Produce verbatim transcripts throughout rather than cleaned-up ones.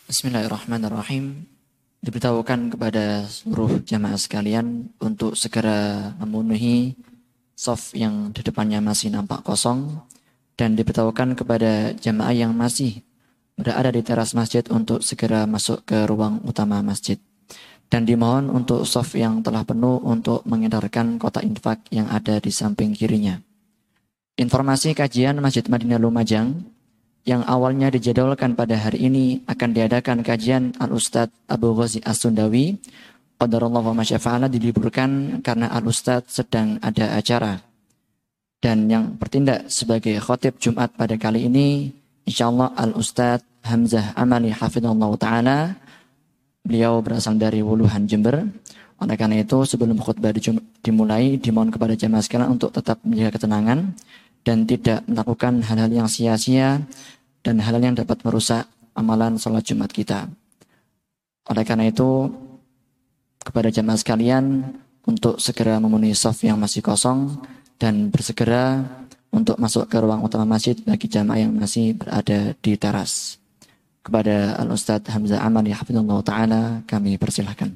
Bismillahirrahmanirrahim. Diberitahukan kepada seluruh jamaah sekalian untuk segera memenuhi shaf yang di depannya masih nampak kosong, dan diberitahukan kepada jamaah yang masih berada di teras masjid untuk segera masuk ke ruang utama masjid. Dan dimohon untuk shaf yang telah penuh untuk mengedarkan kotak infak yang ada di samping kirinya. Informasi kajian Masjid Madinah Lumajang yang awalnya dijadwalkan pada hari ini akan diadakan kajian Al-Ustadz Abu Ghazi As-Sundawi qadarallahu wa masyafa'ala diliburkan karena Al-Ustadz sedang ada acara. Dan yang bertindak sebagai khotib Jumat pada kali ini insyaallah Al-Ustadz Hamzah Amali hafidhahullah ta'ala. Beliau berasal dari Wuluhan, Jember. Oleh karena itu sebelum khutbah dimulai dimohon kepada jamaah sekalian untuk tetap menjaga ketenangan dan tidak melakukan hal-hal yang sia-sia dan hal-hal yang dapat merusak amalan sholat Jumat kita. Oleh karena itu, kepada jamaah sekalian untuk segera memenuhi shaf yang masih kosong dan bersegera untuk masuk ke ruang utama masjid bagi jamaah yang masih berada di teras. Kepada Al-Ustadz Hamzah Amali hafidhahullah ta'ala kami persilahkan.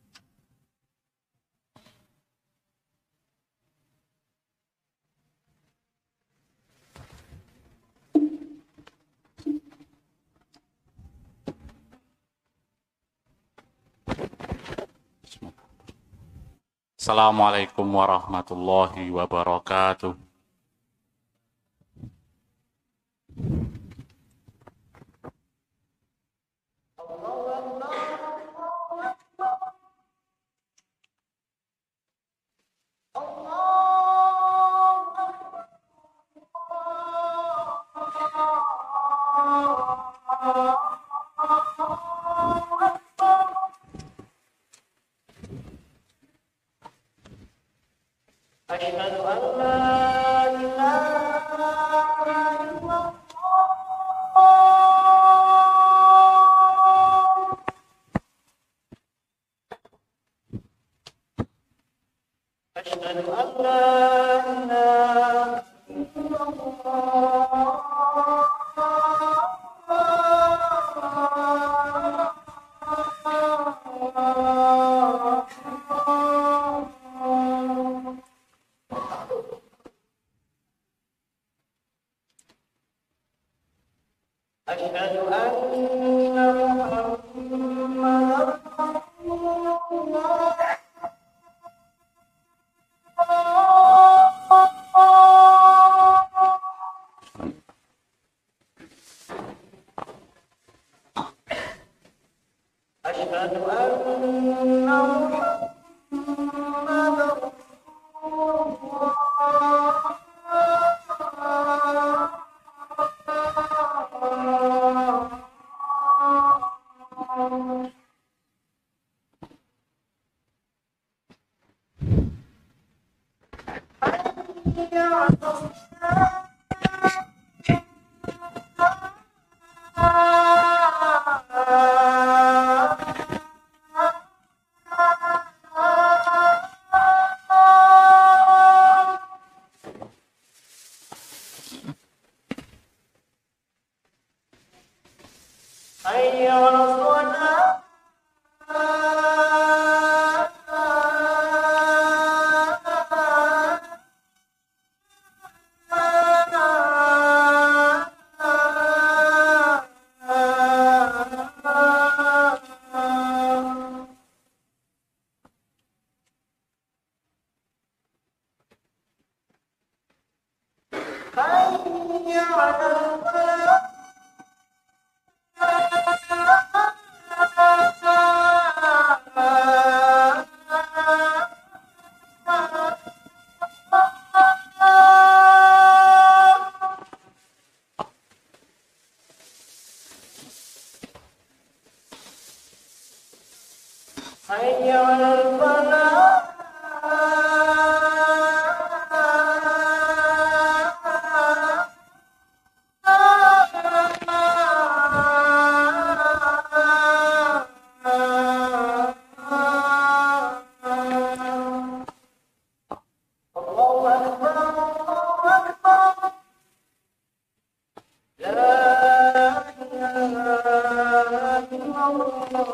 Assalamualaikum warahmatullahi wabarakatuh.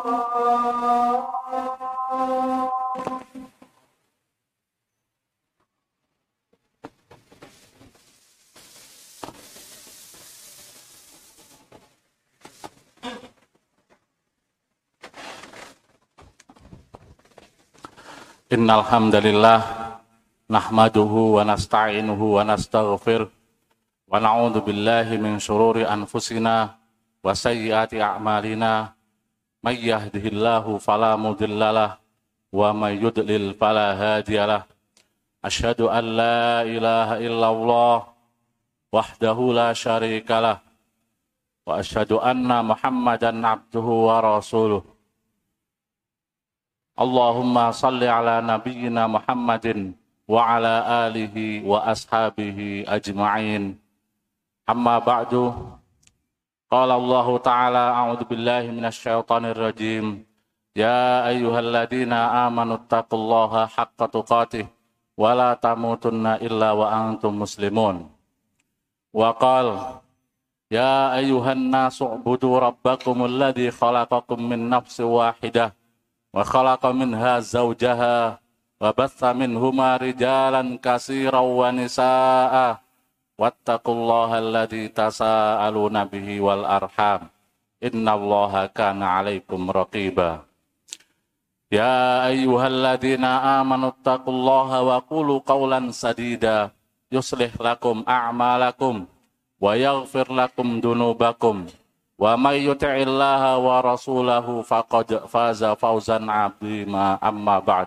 Innal hamdalillah nahmaduhu wa nasta'inuhu wa nastaghfir wa na'udzu billahi min shururi anfusina wa sayyiati a'malina may yahdihillahu fala mudhillalah wa may yudlil fala hadiyalah asyhadu an la ilaha illallah wahdahu la syarikalah wa asyhadu anna muhammadan abduhu wa rasuluh. Allahumma salli ala nabiyyina Muhammadin wa ala alihi wa ashabihi ajma'in. Amma ba'du. Qala Allah Ta'ala a'udzu billahi minasy syaithanir rajim. Ya ayyuhalladzina amanu taqullaha haqqa tuqatih wa la tamutunna illa wa antum muslimun. Wa qala ya ayyuhan nasu ubudu rabbakumul ladzi khalaqakum min nafsin wahidah wa khalaqa minha zawjaha wa batha minhuma rijalan katsiran wa nisaa'a wattaqullaha alladzi tasaaluna bihi wal arham innallaha kana 'alaikum raqiba. Ya ayyuhalladzina amanu taqullaha wa qulu qawlan sadida yuslih lakum a'malakum wa yaghfir lakum dunubakum wa may yuti'illaha wa rasulahu faqad faza fawzan 'azima. Amma ba'd.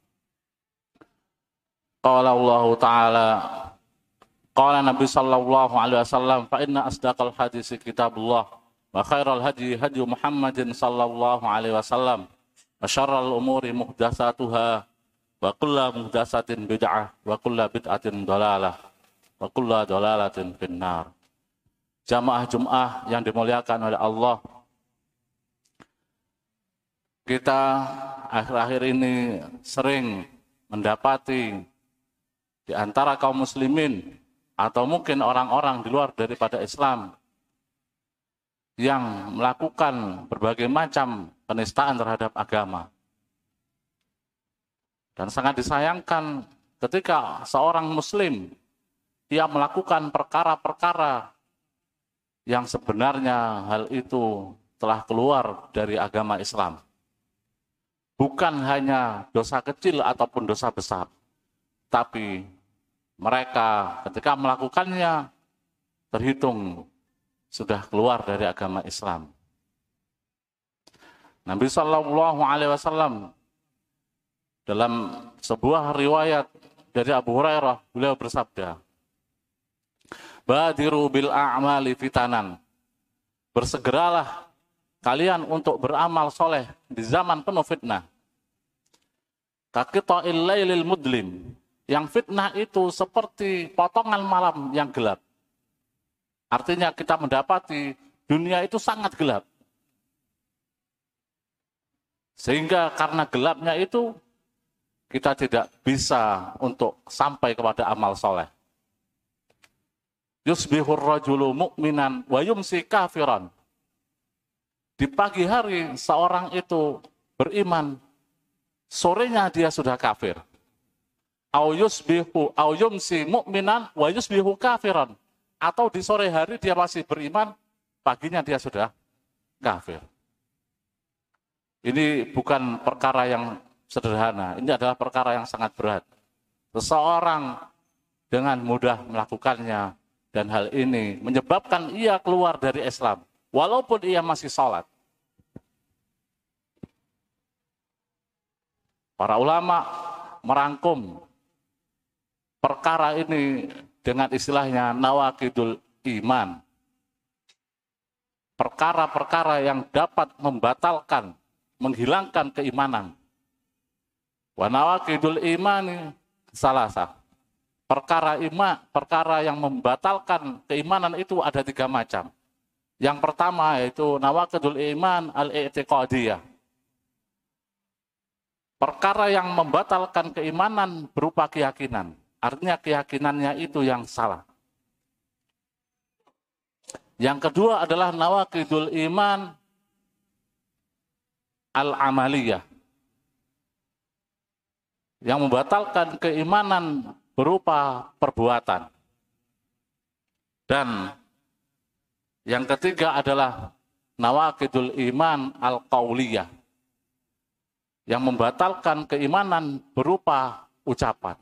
Qala Allah Ta'ala qala Nabi sallallahu alaihi wasallam fa inna asdaqal hadisi kitabullah wa khairal hadi hadi Muhammadin sallallahu alaihi wasallam wa syarral umuri muhdatsatuha wa kullu muhdatsatin bid'ah wa kullu bid'atin dhalalah wa kullu dhalalatin finnar. Jamaah Jum'ah yang dimuliakan oleh Allah, kita akhir-akhir ini sering mendapati di antara kaum muslimin atau mungkin orang-orang di luar daripada Islam yang melakukan berbagai macam penistaan terhadap agama. Dan sangat disayangkan ketika seorang muslim dia melakukan perkara-perkara yang sebenarnya hal itu telah keluar dari agama Islam. Bukan hanya dosa kecil ataupun dosa besar, tapi mereka ketika melakukannya terhitung sudah keluar dari agama Islam. Nabi Sallallahu Alaihi Wasallam dalam sebuah riwayat dari Abu Hurairah, beliau bersabda, Badiru bil a'mali fitanan. Bersegeralah kalian untuk beramal soleh di zaman penuh fitnah. Kaqita'il lailil mudlim. Yang fitnah itu seperti potongan malam yang gelap. Artinya kita mendapati dunia itu sangat gelap. Sehingga karena gelapnya itu kita tidak bisa untuk sampai kepada amal soleh. Yusbihur rajulu mu'minan wa yumsi kafiran. Di pagi hari seorang itu beriman, sorenya dia sudah kafir. Au yusbihu au yumsi mu'minan wa yusbihu kafiran. Atau di sore hari dia masih beriman, paginya dia sudah kafir. Ini bukan perkara yang sederhana, ini adalah perkara yang sangat berat. Seseorang dengan mudah melakukannya, dan hal ini menyebabkan ia keluar dari Islam, walaupun ia masih sholat. Para ulama merangkum perkara ini dengan istilahnya nawaqidul iman. Perkara-perkara yang dapat membatalkan, menghilangkan keimanan. Wa nawaqidul imani salasa. Perkara iman, perkara yang membatalkan keimanan itu ada tiga macam. Yang pertama yaitu nawaqidul iman al-i'tiqadiyah. Perkara yang membatalkan keimanan berupa keyakinan. Artinya keyakinannya itu yang salah. Yang kedua adalah nawaqidul iman al-amaliyah, yang membatalkan keimanan berupa perbuatan. Dan yang ketiga adalah nawaqidul iman al-qauliyah, yang membatalkan keimanan berupa ucapan.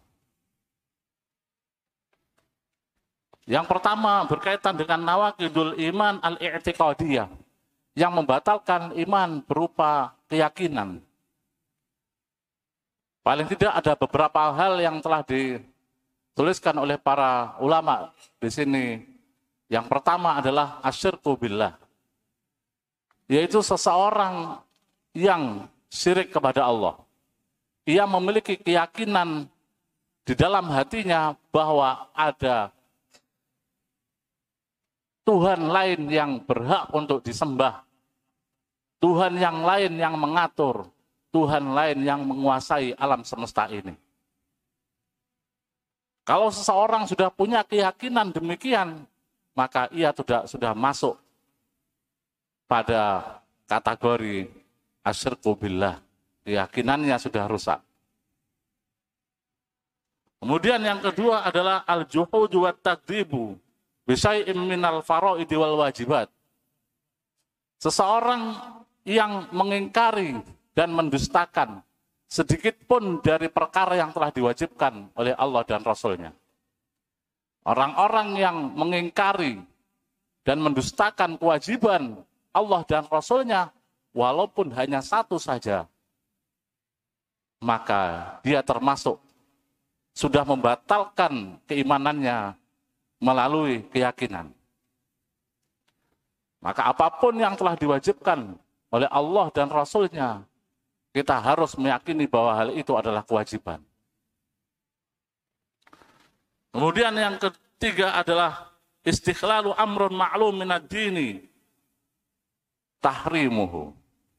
Yang pertama berkaitan dengan nawaqidul iman al-i'tiqadiyah, yang membatalkan iman berupa keyakinan. Paling tidak ada beberapa hal yang telah dituliskan oleh para ulama di sini. Yang pertama adalah asyirku billah, yaitu seseorang yang syirik kepada Allah. Ia memiliki keyakinan di dalam hatinya bahwa ada Tuhan lain yang berhak untuk disembah, Tuhan yang lain yang mengatur, Tuhan lain yang menguasai alam semesta ini. Kalau seseorang sudah punya keyakinan demikian, maka ia sudah, sudah masuk pada kategori asyirku billah. Keyakinannya sudah rusak. Kemudian yang kedua adalah al-juhud wa takdzibu bisyai'in minal faraidi wal wajibat. Seseorang yang mengingkari dan mendustakan sedikit pun dari perkara yang telah diwajibkan oleh Allah dan Rasul-Nya. Orang-orang yang mengingkari dan mendustakan kewajiban Allah dan Rasul-Nya, walaupun hanya satu saja, maka dia termasuk sudah membatalkan keimanannya melalui keyakinan. Maka apapun yang telah diwajibkan oleh Allah dan Rasul-Nya, kita harus meyakini bahwa hal itu adalah kewajiban. Kemudian yang ketiga adalah istikhlalu amrun ma'lum minad dini tahrimuhu.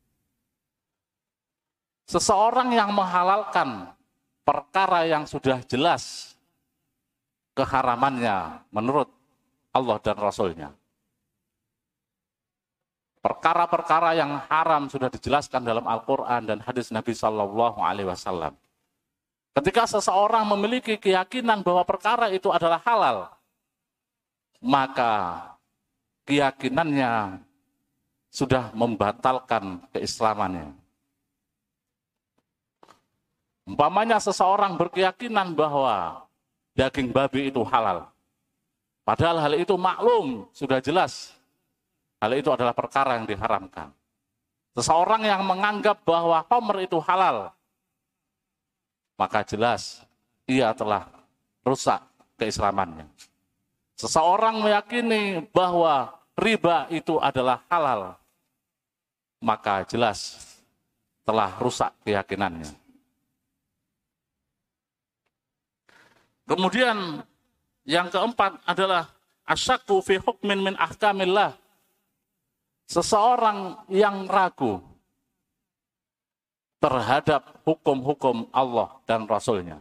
Seseorang yang menghalalkan perkara yang sudah jelas keharamannya menurut Allah dan Rasul-Nya. Perkara-perkara yang haram sudah dijelaskan dalam Al-Quran dan hadis Nabi Shallallahu Alaihi Wasallam. Ketika seseorang memiliki keyakinan bahwa perkara itu adalah halal, maka keyakinannya sudah membatalkan keislamannya. Umpamanya seseorang berkeyakinan bahwa daging babi itu halal, padahal hal itu maklum, sudah jelas, hal itu adalah perkara yang diharamkan. Seseorang yang menganggap bahwa khamr itu halal, maka jelas ia telah rusak keislamannya. Seseorang meyakini bahwa riba itu adalah halal, maka jelas telah rusak keyakinannya. Kemudian yang keempat adalah asyakku fi hukmin min ahkamillah. Seseorang yang ragu terhadap hukum-hukum Allah dan Rasul-Nya.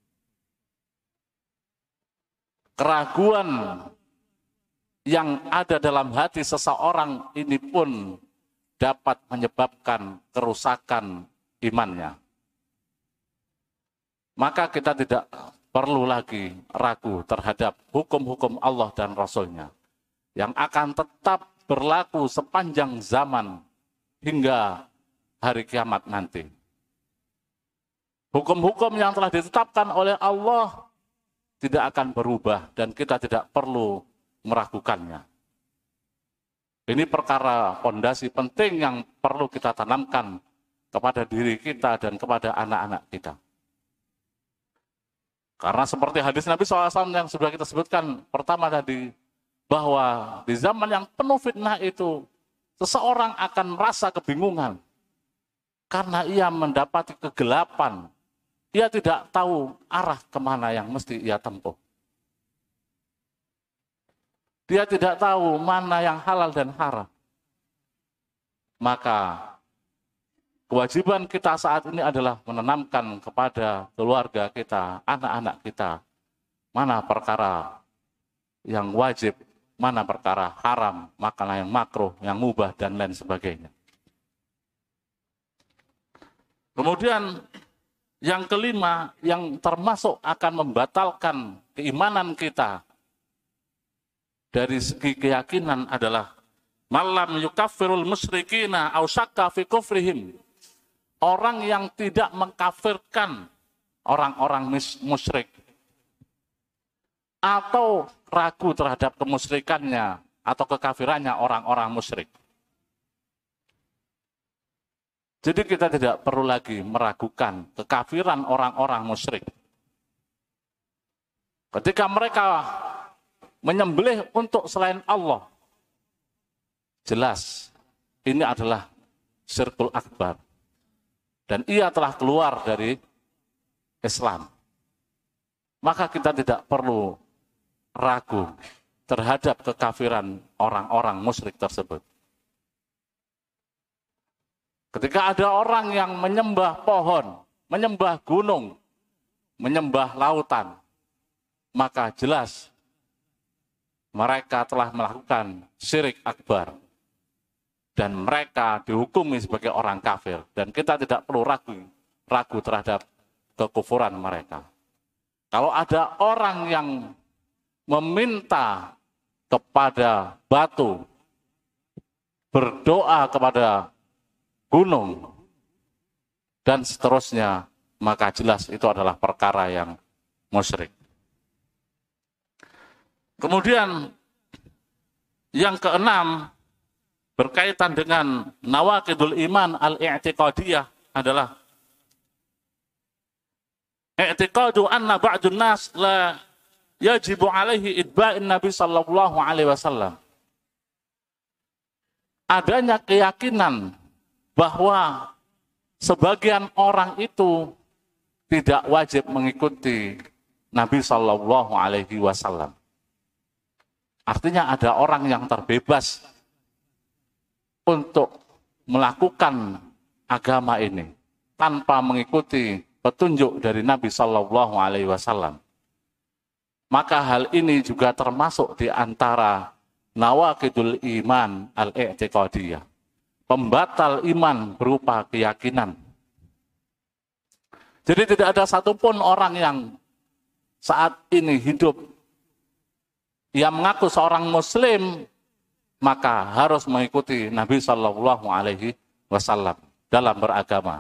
Keraguan yang ada dalam hati seseorang ini pun dapat menyebabkan kerusakan imannya. Maka kita tidak perlu lagi ragu terhadap hukum-hukum Allah dan Rasul-Nya yang akan tetap berlaku sepanjang zaman hingga hari kiamat nanti. Hukum-hukum yang telah ditetapkan oleh Allah tidak akan berubah dan kita tidak perlu meragukannya. Ini perkara fondasi penting yang perlu kita tanamkan kepada diri kita dan kepada anak-anak kita. Karena seperti hadis Nabi shallallahu alaihi wasallam yang sudah kita sebutkan pertama tadi, bahwa di zaman yang penuh fitnah itu, seseorang akan merasa kebingungan karena ia mendapati kegelapan. Ia tidak tahu arah kemana yang mesti ia tempuh. Dia tidak tahu mana yang halal dan haram. Maka kewajiban kita saat ini adalah menanamkan kepada keluarga kita, anak-anak kita, mana perkara yang wajib, mana perkara haram, makanan yang makruh, yang mubah, dan lain sebagainya. Kemudian yang kelima, yang termasuk akan membatalkan keimanan kita dari segi keyakinan adalah malam yukaffirul musyrikina aw syakka fi kufrihim. Orang yang tidak mengkafirkan orang-orang musyrik atau ragu terhadap kemusyrikannya atau kekafirannya orang-orang musyrik. Jadi kita tidak perlu lagi meragukan kekafiran orang-orang musyrik. Ketika mereka menyembelih untuk selain Allah, jelas ini adalah syirkul akbar. Dan ia telah keluar dari Islam. Maka kita tidak perlu ragu terhadap kekafiran orang-orang musyrik tersebut. Ketika ada orang yang menyembah pohon, menyembah gunung, menyembah lautan, maka jelas mereka telah melakukan syirik akbar. Dan mereka dihukumi sebagai orang kafir. Dan kita tidak perlu ragu, ragu terhadap kekufuran mereka. Kalau ada orang yang meminta kepada batu, berdoa kepada gunung, dan seterusnya, maka jelas itu adalah perkara yang musyrik. Kemudian yang keenam, berkaitan dengan nawaqidul iman al-i'tiqadiyah adalah i'tiqadu anna ba'dun nas la yajibu alaihi itba'in Nabi sallallahu alaihi wasallam. Adanya keyakinan bahwa sebagian orang itu tidak wajib mengikuti Nabi sallallahu alaihi wasallam. Artinya ada orang yang terbebas untuk melakukan agama ini tanpa mengikuti petunjuk dari Nabi Shallallahu Alaihi Wasallam. Maka hal ini juga termasuk di antara nawaqidul iman al-i'tiqadiyah, pembatal iman berupa keyakinan. Jadi tidak ada satupun orang yang saat ini hidup yang mengaku seorang Muslim maka harus mengikuti Nabi Shallallahu Alaihi Wasallam dalam beragama.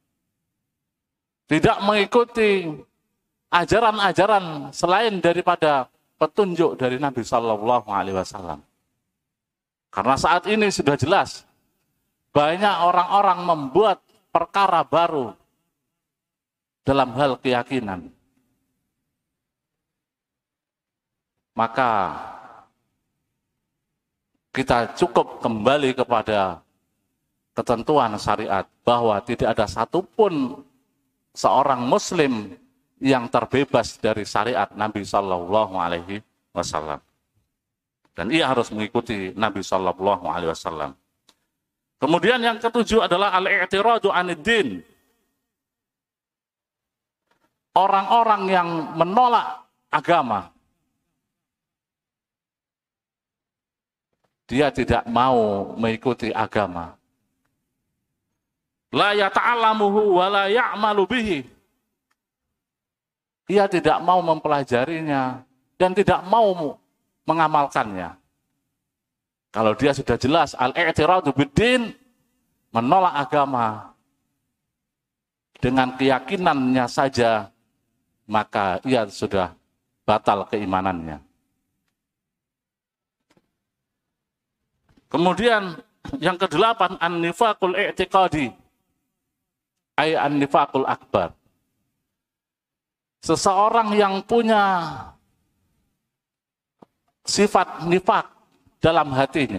Tidak mengikuti ajaran-ajaran selain daripada petunjuk dari Nabi Shallallahu Alaihi Wasallam. Karena saat ini sudah jelas banyak orang-orang membuat perkara baru dalam hal keyakinan. Maka kita cukup kembali kepada ketentuan syariat bahwa tidak ada satupun seorang Muslim yang terbebas dari syariat Nabi Shallallahu Alaihi Wasallam, dan ia harus mengikuti Nabi Shallallahu Alaihi Wasallam. Kemudian yang ketujuh adalah al-i'tiradu anid-din. Orang-orang yang menolak agama, dia tidak mau mengikuti agama. La yata'allamuhu wa la ya'malu bihi. Ia tidak mau mempelajarinya dan tidak mau mengamalkannya. Kalau dia sudah jelas al-i'tiradu bid-din, menolak agama dengan keyakinannya saja, maka ia sudah batal keimanannya. Kemudian yang kedelapan, an-nifaqul i'tiqadi, ay an-nifaqul akbar. Seseorang yang punya sifat nifaq dalam hatinya,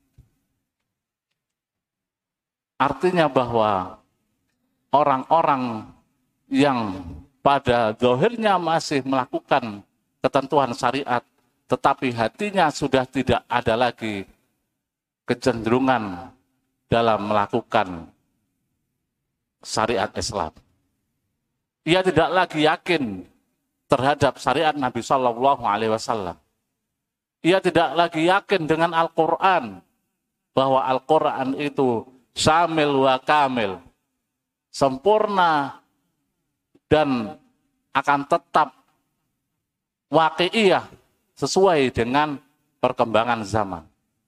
artinya bahwa orang-orang yang pada zahirnya masih melakukan ketentuan syariat, tetapi hatinya sudah tidak ada lagi kecenderungan dalam melakukan syariat Islam. Ia tidak lagi yakin terhadap syariat Nabi Shallallahu Alaihi Wasallam. Ia tidak lagi yakin dengan Al-Quran, bahwa Al-Quran itu syamil wa kamil, sempurna, dan akan tetap waqi'iyah sesuai dengan perkembangan zaman.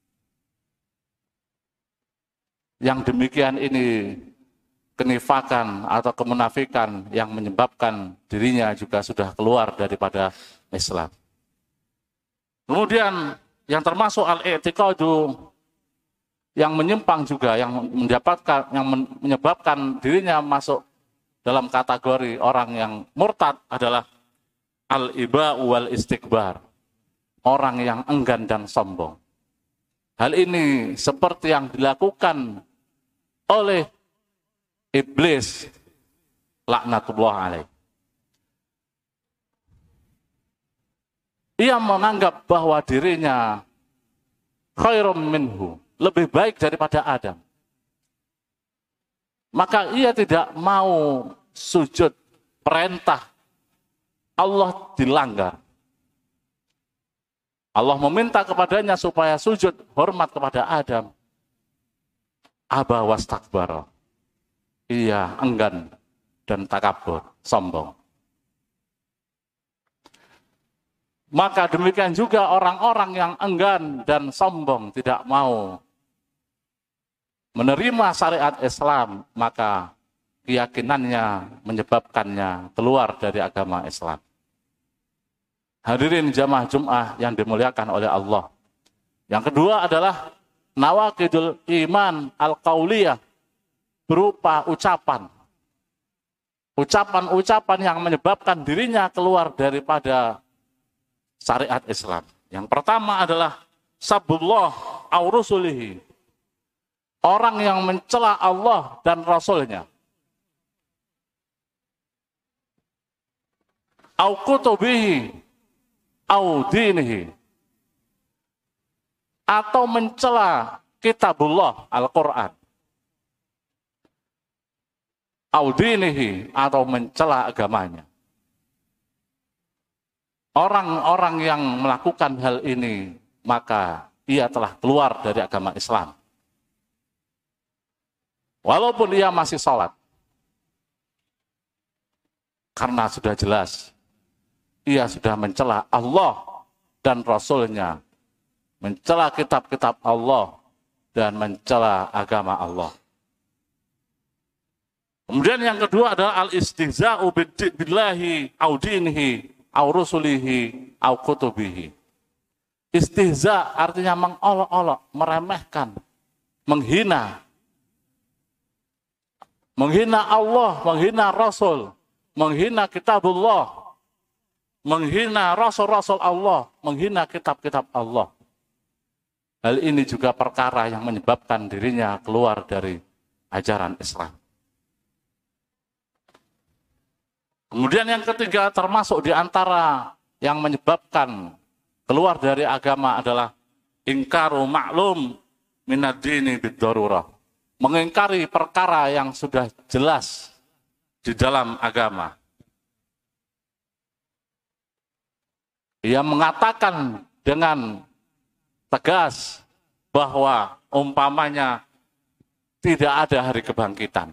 Yang demikian ini kenifakan atau kemunafikan yang menyebabkan dirinya juga sudah keluar daripada Islam. Kemudian yang termasuk al-i'tiqadu yang menyimpang juga, yang mendapatkan, yang menyebabkan dirinya masuk dalam kategori orang yang murtad adalah al-iba'u wal istikbar, orang yang enggan dan sombong. Hal ini seperti yang dilakukan oleh iblis laknatullah alaih. Ia menganggap bahwa dirinya khairum minhu, lebih baik daripada Adam. Maka ia tidak mau sujud, perintah Allah dilanggar. Allah meminta kepadanya supaya sujud hormat kepada Adam. Aba wastakbara. Ia enggan dan takabur, sombong. Maka demikian juga orang-orang yang enggan dan sombong, tidak mau menerima syariat Islam, maka keyakinannya menyebabkannya keluar dari agama Islam. Hadirin jamaah Jum'ah yang dimuliakan oleh Allah. Yang kedua adalah nawaqidul iman al-qauliyah, berupa ucapan. Ucapan-ucapan yang menyebabkan dirinya keluar daripada syariat Islam. Yang pertama adalah sabbullah au rusulihi, orang yang mencela Allah dan Rasulnya. Au kutubihi au dinihi, atau mencela kitabullah Al-Quran. Au dinihi, atau mencela agamanya. Orang-orang yang melakukan hal ini, maka ia telah keluar dari agama Islam. Walaupun ia masih sholat. Karena sudah jelas, ia sudah mencela Allah dan Rasulnya, mencela kitab-kitab Allah, dan mencela agama Allah. Kemudian yang kedua adalah al-istihza'u billahi au dinihi au rusulihi au kutubihi. Istihza artinya mengolok-olok, meremehkan, menghina. Menghina Allah, menghina Rasul, menghina kitabullah, menghina Rasul-Rasul Allah, menghina kitab-kitab Allah. Hal ini juga perkara yang menyebabkan dirinya keluar dari ajaran Islam. Kemudian yang ketiga, termasuk di antara yang menyebabkan keluar dari agama adalah ingkaru maklum minad dini bid-darurah. Mengingkari perkara yang sudah jelas di dalam agama. Ia mengatakan dengan tegas bahwa umpamanya tidak ada hari kebangkitan.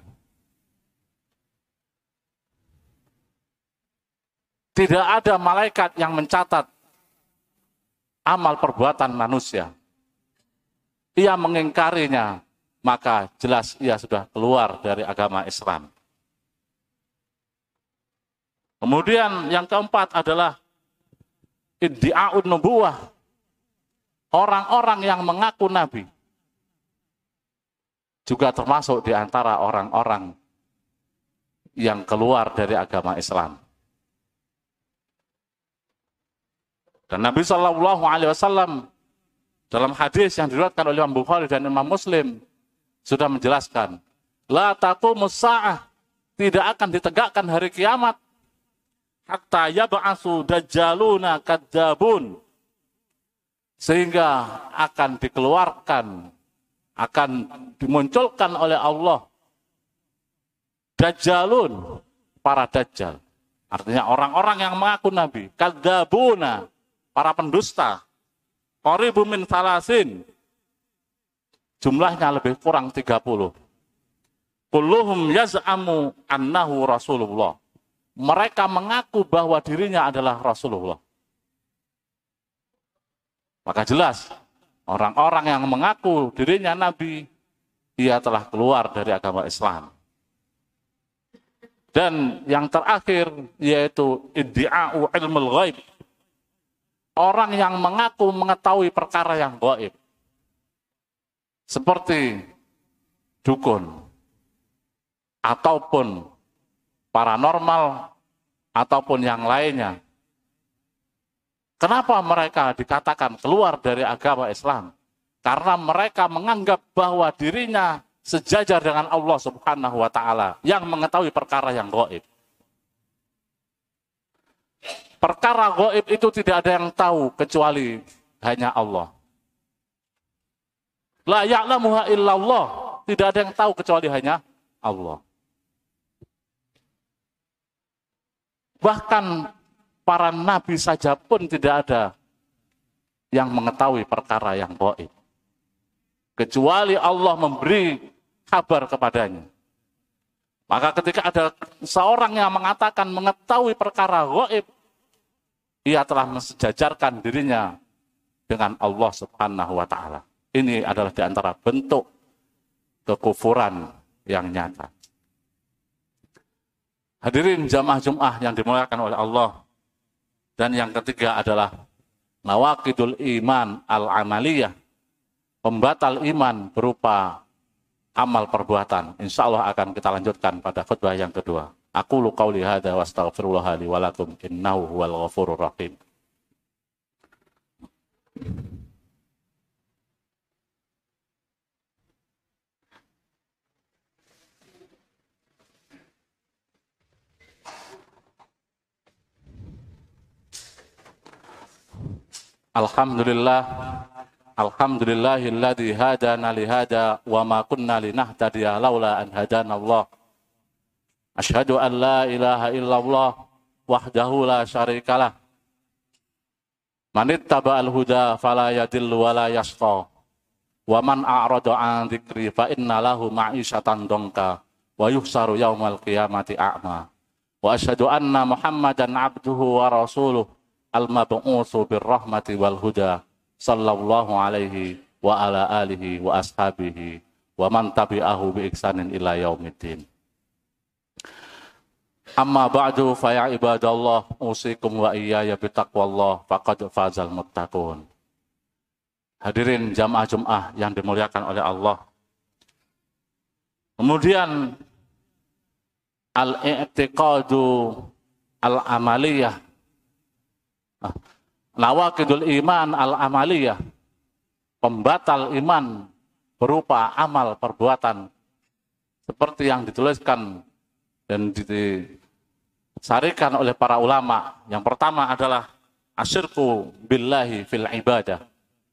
Tidak ada malaikat yang mencatat amal perbuatan manusia. Ia mengingkarinya, maka jelas ia sudah keluar dari agama Islam. Kemudian yang keempat adalah iddi'a'un nubuwah. Orang-orang yang mengaku nabi juga termasuk di antara orang-orang yang keluar dari agama Islam. Dan Nabi Shallallahu Alaihi Wasallam dalam hadis yang diriwayatkan oleh Imam Bukhari dan Imam Muslim sudah menjelaskan, la taqumus sa'ah, tidak akan ditegakkan hari kiamat hatta yab'asu dajjaluna kadzabun, sehingga akan dikeluarkan, akan dimunculkan oleh Allah dajjalun, para dajjal. Artinya orang-orang yang mengaku nabi, kadzabuna, para pendusta, qaribu min salasin, jumlahnya lebih kurang tiga puluh. kulluhum yaz'amu annahu Rasulullah. Mereka mengaku bahwa dirinya adalah Rasulullah. Maka jelas, orang-orang yang mengaku dirinya Nabi, ia telah keluar dari agama Islam. Dan yang terakhir, yaitu iddi'a'u ilmul ghaib. Orang yang mengaku mengetahui perkara yang gaib. Seperti dukun, ataupun paranormal, ataupun yang lainnya. Kenapa mereka dikatakan keluar dari agama Islam? Karena mereka menganggap bahwa dirinya sejajar dengan Allah Subhanahu wa Ta'ala yang mengetahui perkara yang gaib. Perkara gaib itu tidak ada yang tahu kecuali hanya Allah. La ya'lamuha illallah, tidak ada yang tahu kecuali hanya Allah. Bahkan para nabi saja pun tidak ada yang mengetahui perkara yang gaib. Kecuali Allah memberi kabar kepadanya. Maka ketika ada seorang yang mengatakan mengetahui perkara gaib, ia telah mensejajarkan dirinya dengan Allah Subhanahu wa Ta'ala. Ini adalah di antara bentuk kekufuran yang nyata. Hadirin jamaah Jum'ah yang dimuliakan oleh Allah. Dan yang ketiga adalah nawaqidul iman al-amaliyah. Pembatal iman berupa amal perbuatan. Insya Allah akan kita lanjutkan pada khutbah yang kedua. Aqulu qawli hadza wa astaghfirullah li wa lakum innahu huwal ghafurur rahim. Alhamdulillah, alhamdulillahilladzi hadana li hada wa ma kunna linahtadiya laula an hadana Allah. Asyhadu an la ilaha illallah wahdahu la syarikalah. Man ittaba'al huda fala yadillu wa la yashqa. Wa man a'rada an dzikri fa inna lahu ma'isyatan dongka wa yuhsaru yaumal qiyamati a'ma. Wa asyhadu anna Muhammadan abduhu wa rasuluh al-mab'utsu birrahmati wal huda sallallahu alaihi wa ala alihi wa ashabihi wa man tabi'ahu bi ihsanin ila yaumiddin. Amma ba'du fa ya ibadallah usikum wa iyaya bitaqwallah faqad fazal muttaqun. Hadirin jamaah Jum'ah yang dimuliakan oleh Allah. Kemudian al-i'tiqadu al-amaliyah. Nawaqidul iman al-amaliyah, pembatal iman berupa amal perbuatan seperti yang dituliskan dan disarikan oleh para ulama. Yang pertama adalah asyirku billahi fil ibadah.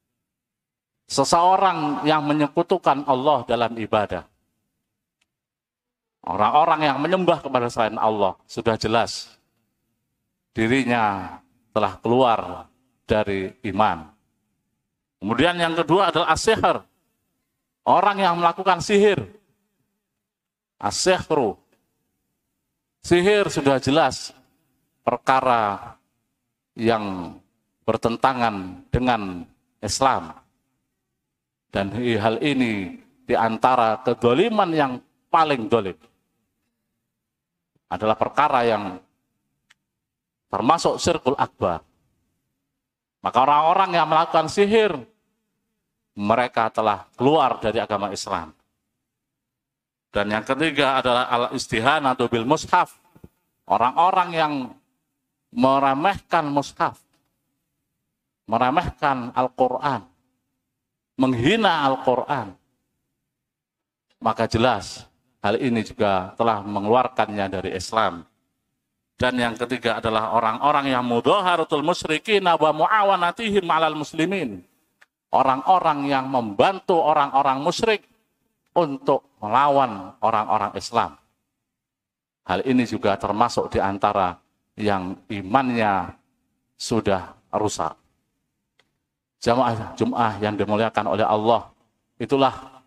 Seseorang yang menyekutukan Allah dalam ibadah. Orang-orang yang menyembah kepada selain Allah sudah jelas dirinya telah keluar dari iman. Kemudian yang kedua adalah as-sihr. Orang yang melakukan sihir. As-sihru. Sihir sudah jelas perkara yang bertentangan dengan Islam. Dan hal ini di antara kedoliman yang paling dolim. Adalah perkara yang termasuk syirkul akbar. Maka orang-orang yang melakukan sihir, mereka telah keluar dari agama Islam. Dan yang ketiga adalah al-istihanatu bil mushaf. Orang-orang yang meremehkan mushaf, meremehkan Al-Quran, menghina Al-Quran. Maka jelas hal ini juga telah mengeluarkannya dari Islam. Dan yang ketiga adalah orang-orang yang mudhaharatul musyrikin wa muawanatihim 'alal muslimin. Orang-orang yang membantu orang-orang musyrik untuk melawan orang-orang Islam. Hal ini juga termasuk di antara yang imannya sudah rusak. Jamaah Jum'ah yang dimuliakan oleh Allah, itulah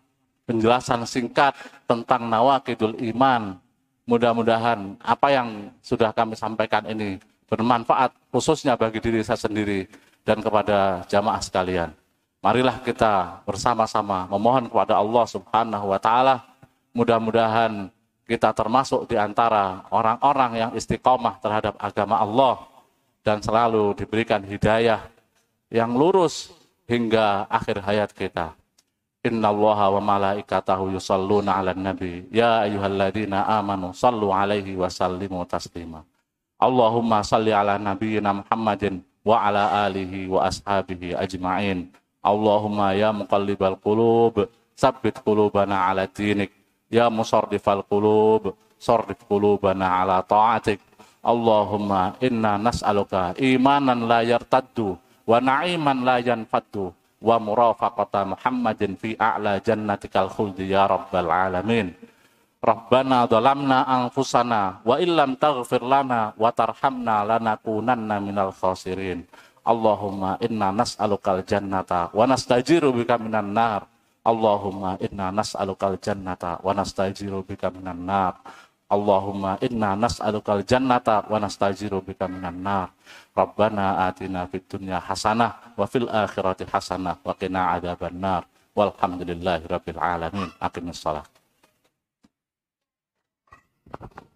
penjelasan singkat tentang nawaqidul iman. Mudah-mudahan apa yang sudah kami sampaikan ini bermanfaat khususnya bagi diri saya sendiri dan kepada jamaah sekalian. Marilah kita bersama-sama memohon kepada Allah Subhanahu wa taala, mudah-mudahan kita termasuk di antara orang-orang yang istiqomah terhadap agama Allah dan selalu diberikan hidayah yang lurus hingga akhir hayat kita. Innallaha wa malaikatahu yusalluna 'alan nabi ya ayyuhalladzina amanu sallu 'alaihi wa sallimu taslima. Allahumma salli 'ala nabiyyina Muhammadin wa 'ala alihi wa ashabihi ajma'in. Allahumma ya muqallibal qulub tsabbit qulubana 'ala dinik, ya musarrifal qulub sarrif qulubana 'ala ta'atik. Allahumma inna nas'aluka imanan la yartaddu wa na'iman la yanfaddu wa murafaqata Muhammadin fi a'la jannatikal khuldi ya rabbal alamin. Rabbana dhalamna anfusana wa illam taghfir lana wa tarhamna lanakunanna minal khasirin. Allahumma inna nas'alukal jannata wa nastajiru bika minan nar. Allahumma inna nas'alukal jannata wa nastajiru bika minan nar. Allahumma inna nas'alukal jannata wa nastajiru bika minan nar. Rabbana atina fid dunya hasanah wa fil akhirati hasanah wa qina adzaban nar. Walhamdulillahi rabbil alamin. Aqimissalah.